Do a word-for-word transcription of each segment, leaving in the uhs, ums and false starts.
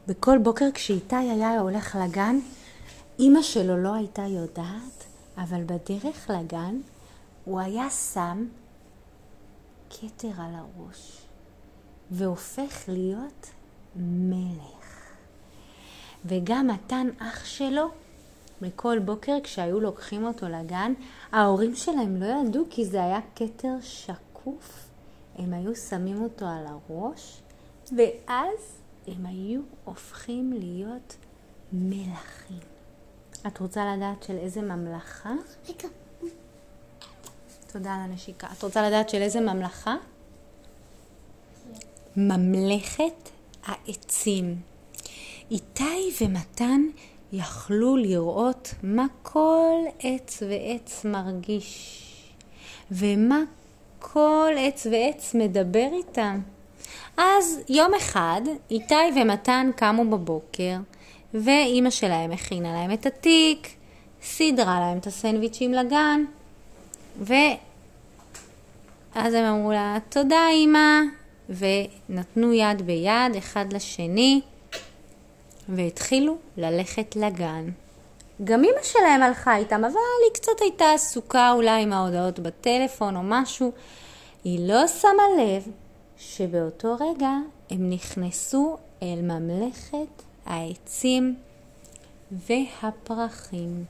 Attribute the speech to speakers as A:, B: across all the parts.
A: בכל בוקר כשאיתי היה הולך לגן, אמא שלו לא הייתה יודעת, אבל בדרך לגן הוא היה שם כתר על הראש והופך להיות מלך. וגם מתן אח שלו, בכל בוקר כשהיו לוקחים אותו לגן, ההורים שלהם לא ידעו כי זה היה כתר שקוף. הם היו שמים אותו על הראש, ואז הם היו הופכים להיות מלכים. את רוצה לדעת של איזה ממלכה?
B: רגע.
A: תודה על הנשיקה. את רוצה לדעת של איזה ממלכה? ממלכת העצים. איתי ומתן יכלו לראות מה כל עץ ועץ מרגיש, ומה כל עץ ועץ מדבר איתם. אז יום אחד איתי ומתן קמו בבוקר, ואימא שלהם הכינה להם את התיק, סידרה להם את הסנדוויצ'ים לגן, ואז הם אמרו לה תודה אימא, ונתנו יד ביד אחד לשני, והתחילו ללכת לגן. גם אמא שלהם הלכה איתם, אבל היא קצת הייתה עסוקה אולי עם ההודעות בטלפון או משהו. היא לא שמה לב שבאותו רגע הם נכנסו אל ממלכת העצים והפרחים.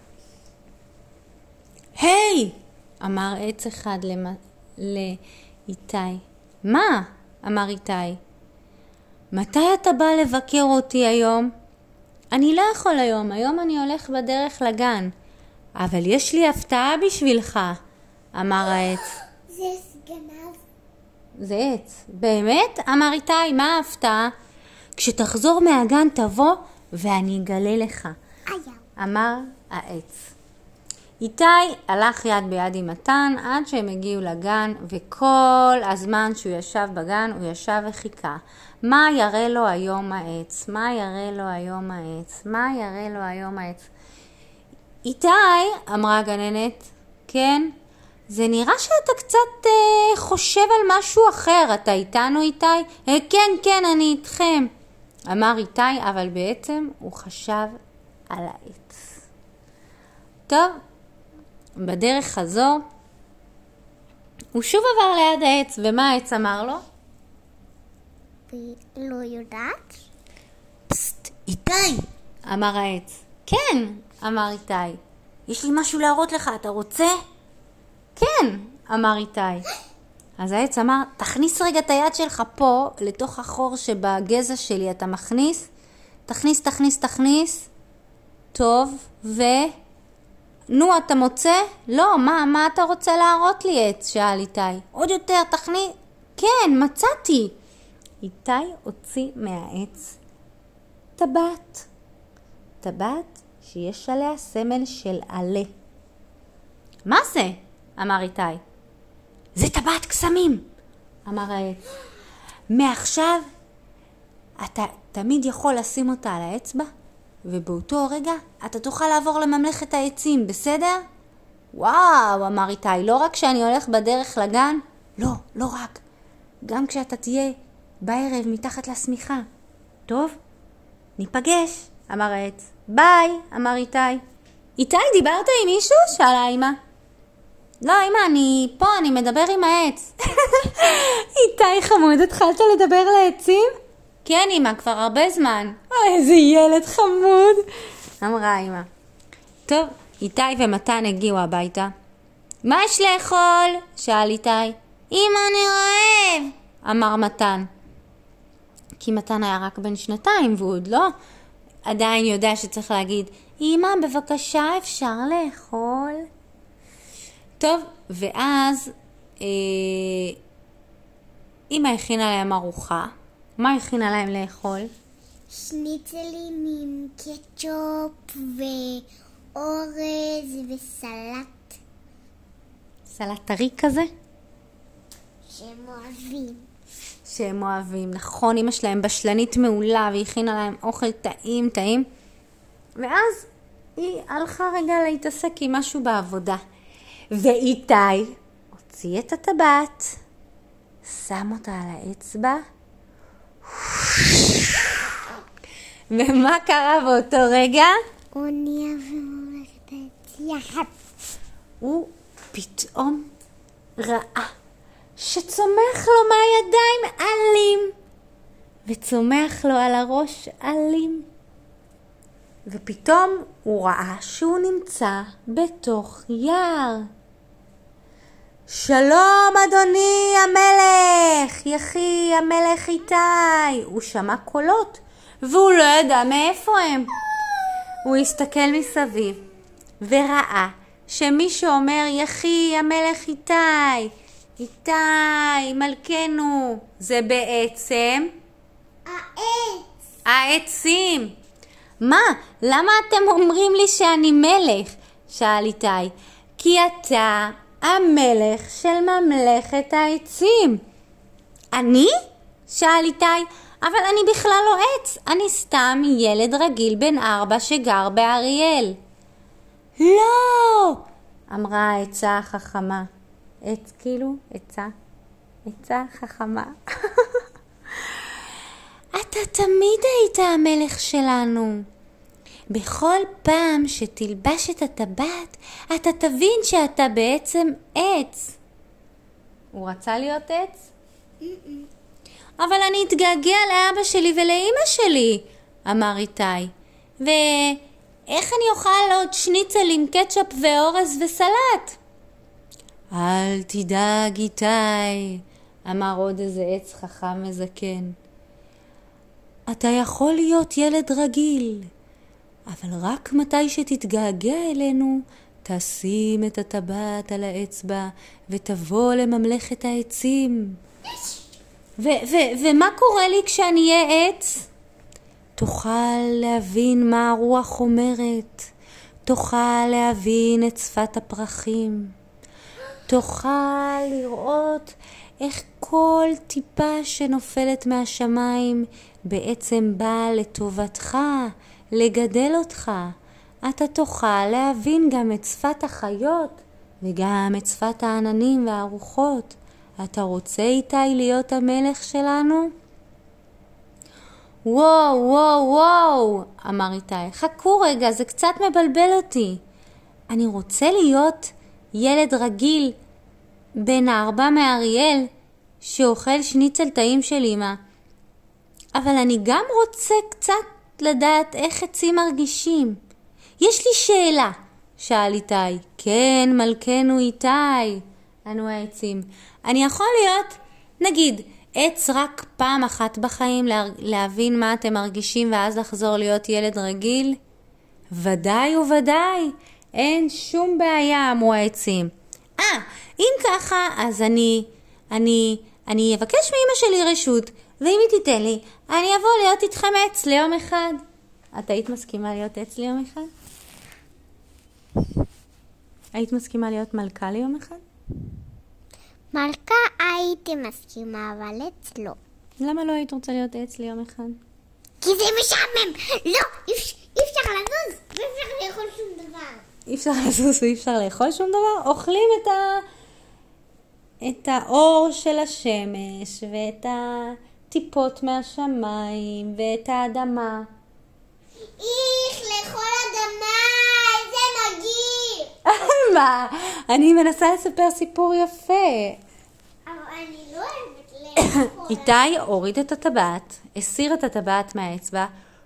A: היי! אמר עץ אחד למ... לאיתי. מה? אמר איתי. מתי אתה בא לבקר אותי היום? אני לא יכול היום, היום אני הולך בדרך לגן. אבל יש לי הפתעה בשבילך, אמר העץ.
B: זה גנב.
A: זה עץ. באמת? אמר איתי, מה ההפתעה? כשתחזור מהגן תבוא ואני אגלה לך, אמר העץ. איתי הלך יד ביד עם מתן עד שהם הגיעו לגן, וכל הזמן שהוא ישב בגן הוא ישב וחיכה. מה יראה לו היום העץ? מה יראה לו היום העץ? מה יראה לו היום העץ? איתי, אמרה הגננת, כן? זה נראה שאתה קצת אה, חושב על משהו אחר. אתה איתנו איתי? אה, כן, כן, אני איתכם. אמר איתי, אבל בעצם הוא חשב על העץ. טוב, בדרך חזור, הוא שוב עבר ליד העץ, ומה העץ אמר לו?
B: לא יודעת.
A: פסט, איתי, אמר העץ. כן, אמר איתי. יש לי משהו להראות לך, אתה רוצה? כן, אמר איתי. אז העץ אמר, תכניס רגע את היד שלך פה, לתוך החור שבגזע שלי אתה מכניס. תכניס, תכניס, תכניס. טוב, ו... נו, אתה מוצא? לא, מה, מה אתה רוצה להראות לי עץ? שאל איתי. עוד יותר, תכניס. כן, מצאתי. איתי הוציא מהעץ טבעת. טבעת שיש עליה סמל של עלה. מה זה? אמר איתי. זה טבעת קסמים, אמר העץ. מעכשיו אתה תמיד יכול לשים אותה על האצבע, ובאותו רגע אתה תוכל לעבור לממלכת העצים, בסדר? וואו, אמר איתי, לא רק כשאני הולך בדרך לגן, לא, לא רק. גם כשאתה תהיה בערב מתחת לשמיכה. טוב, ניפגש, אמר העץ. ביי, אמר איתי. איתי, דיברת עם מישהו? שאלה אמא. לא, אמא, אני פה, אני מדבר עם העץ. איתי חמוד, התחלת לדבר לעצים? כן, אמא, כבר הרבה זמן. אוי, איזה ילד חמוד, אמרה אמא. טוב, איתי ומתן הגיעו הביתה. מה יש לאכול? שאל איתי. אמא, אני רעב, אמר מתן. כי מתן היה רק בן שנתיים, והוא עוד לא עדיין יודע שצריך להגיד, אמא, בבקשה, אפשר לאכול? טוב, ואז אה, אמא הכינה להם ארוחה. מה הכינה להם לאכול?
B: שניצלים עם קטשופ ואורז וסלט.
A: סלט טרי כזה?
B: שהם אוהבים.
A: שהם אוהבים, נכון, אמא שלהם בשלנית מעולה והכינה להם אוכל טעים טעים. ואז היא הלכה רגע להתעסק עם משהו בעבודה. ואיתי הוציא את הטבעת, שם אותה על האצבע, ומה קרה באותו רגע?
B: הוא נהיה וממלכת העץ יחד.
A: הוא פתאום ראה שצומח לו מהידיים עלים, וצומח לו על הראש עלים. ופתאום הוא ראה שהוא נמצא בתוך יער. שלום אדוני המלך, יחי המלך איתי. הוא שמע קולות והוא לא ידע מאיפה הם. הוא הסתכל מסביב וראה שמישהו אומר יחי המלך איתי, איתי מלכנו. זה בעצם
B: העץ.
A: העצים. מה? למה אתם אומרים לי שאני מלך? שאל איתי. כי אתה המלך של ממלכת העצים. אני? שאל איתי. אבל אני בכלל לא עץ. אני סתם ילד רגיל בן ארבע שגר באריאל. לא! אמרה העצה החכמה. עץ כאילו? עצה? עצה חכמה. אתה תמיד היית המלך שלנו. בכל פעם שתלבש את הטבעת, אתה תבין שאתה בעצם עץ. הוא רצה להיות עץ? אבל אני אתגעגע לאבא שלי ולאמא שלי, אמר איתי. ואיך אני אוכל עוד שניצל עם קטשופ ואורז וסלט? אל תדאג איתי, אמר עוד איזה עץ חכם מזקן. אתה יכול להיות ילד רגיל, אבל רק מתי שתתגעגע אלינו, תשים את הטבעת על האצבע ותבוא לממלכת העצים. ו- ו- ומה קורה לי כשאני אהיה עץ? תוכל להבין מה הרוח אומרת, תוכל להבין את שפת הפרחים, תוכל לראות איך כל טיפה שנופלת מהשמיים בעצם באה לטובתך, לגדל אותך. אתה תוכל להבין גם את שפת החיות וגם את שפת העננים והרוחות. אתה רוצה איתי להיות המלך שלנו? וואו, וואו, וואו, אמר איתי. חכו רגע, זה קצת מבלבל אותי. אני רוצה להיות ילד רגיל בן ארבע מאריאל שאוכל שניצל טעים של אמא. אבל אני גם רוצה קצת לדעת איך עצים מרגישים. יש לי שאלה, שאל איתי. כן, מלכנו איתי, ענו העצים. אני יכול להיות, נגיד, עץ רק פעם אחת בחיים להבין מה אתם מרגישים ואז לחזור להיות ילד רגיל? ודאי וודאי, אין שום בעיה, אמרו העצים. אה, אם ככה, אז אני, אני, אני אבקש מאמא שלי רשות, ואם היא תיתן לי, אני אבוא להיות איתכם עץ ליום אחד. את היית מסכימה להיות עץ ליום אחד? היית מסכימה להיות מלכה ליום אחד?
B: מלכה הייתי מסכימה, אבל עץ לא.
A: למה לא היית רוצה להיות עץ ליום אחד?
B: כי זה משעמם. לא, אי אפשר לזוז, ואי אפשר לאכול שום דבר.
A: אי אפשר לזוז ואי אפשר לאכול שום דבר? אוכלים את ה... את האור של השמש ואת הטיפות מהשמיים ואת האדמה.
B: איך, לאכול אדמה, איזה מגעיל.
A: מה? אני מנסה לספר סיפור יפה.
B: אבל אני לא אוהבת לאכול.
A: איתי הוריד את הטבעת, הסיר את הטבעת מהאצבע,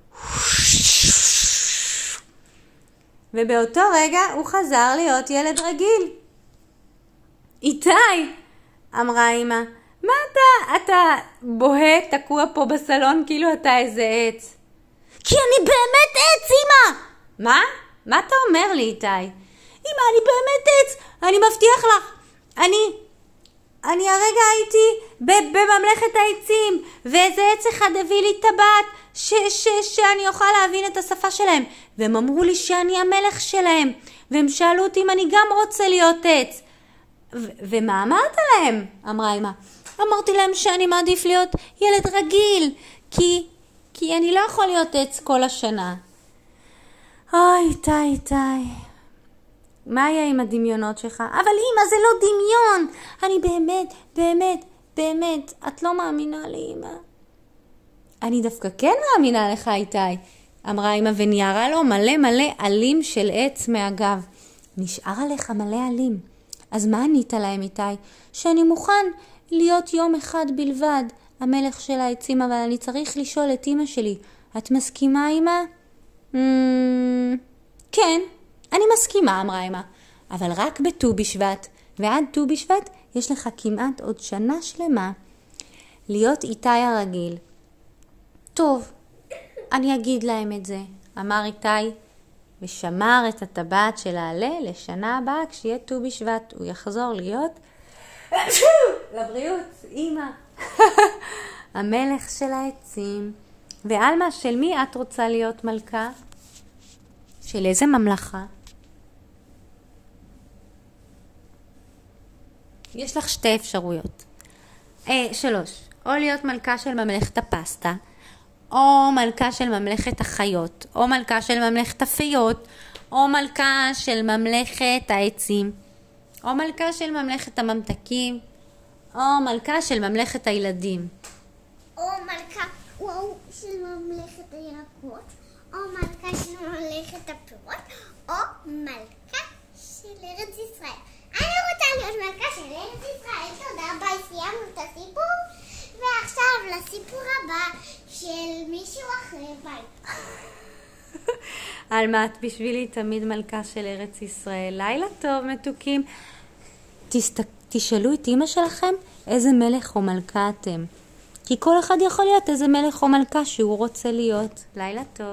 A: ובאותו רגע הוא חזר להיות ילד רגיל. איתי, אמרה אמא, מה אתה, אתה בוהה, תקוע פה בסלון כאילו אתה איזה עץ? כי אני באמת עץ, אמא! מה? מה אתה אומר לי, איתי? אמא, אני באמת עץ, אני מבטיח לך. אני, אני הרגע הייתי בממלכת העצים, ואיזה עץ אחד הביא לי טבעת ש, ש, שאני אוכל להבין את השפה שלהם. והם אמרו לי שאני המלך שלהם, והם שאלו אותי אם אני גם רוצה להיות עץ. ו- ומה אמרת להם? אמרה אמא. אמרתי להם שאני מעדיף להיות ילד רגיל, כי, כי אני לא יכול להיות עץ כל השנה. אוי, איתי, איתי. מה היה עם הדמיונות שלך? אבל אמא, זה לא דמיון. אני באמת, באמת, באמת, את לא מאמינה לי, אמא. אני דווקא כן מאמינה לך, איתי. אמרה אמא וניירה לו מלא מלא עלים של עץ מהגב. נשאר עליך מלא עלים. אז מה ענית להם איתי? שאני מוכן להיות יום אחד בלבד המלך של העצים, אבל אני צריך לשאול את אמא שלי. את מסכימה אמא? Mm, כן, אני מסכימה, אמרה אמא. אבל רק בט"ו בשבט, ועד ט"ו בשבט יש לך כמעט עוד שנה שלמה להיות איתי הרגיל. טוב, אני אגיד להם את זה, אמר איתי, ושמר את הטבעת של העלה לשנה הבאה כשיהיה ט"ו בשבט. הוא יחזור להיות לבריאות, אמא. המלך של העצים. ואלמה, של מי את רוצה להיות מלכה? של איזה ממלכה? יש לך שתי אפשרויות. אה, שלוש. או להיות מלכה של ממלכת הפסטה, או מלכה של ממלכת החיות, או מלכה של ממלכת הפיות, או מלכה של ממלכת העצים, או מלכה של ממלכת הממתקים, או מלכה של ממלכת הילדים.
B: או מלכה וואו, של ממלכת הירקות, או מלכה של ממלכת הפירות, או מלכה של ארץ ישראל. אני רוצה להיות מלכה של ארץ ישראל. תודה, ביי, סיימנו את הסיפור. ועכשיו לסיפור הבא של מישהו אחר, ביי.
A: אלמה, את בשבילי תמיד מלכה של ארץ ישראל. לילה טוב, מתוקים. תסת... תשאלו את אמא שלכם איזה מלך או מלכה אתם. כי כל אחד יכול להיות איזה מלך או מלכה שהוא רוצה להיות. לילה טוב.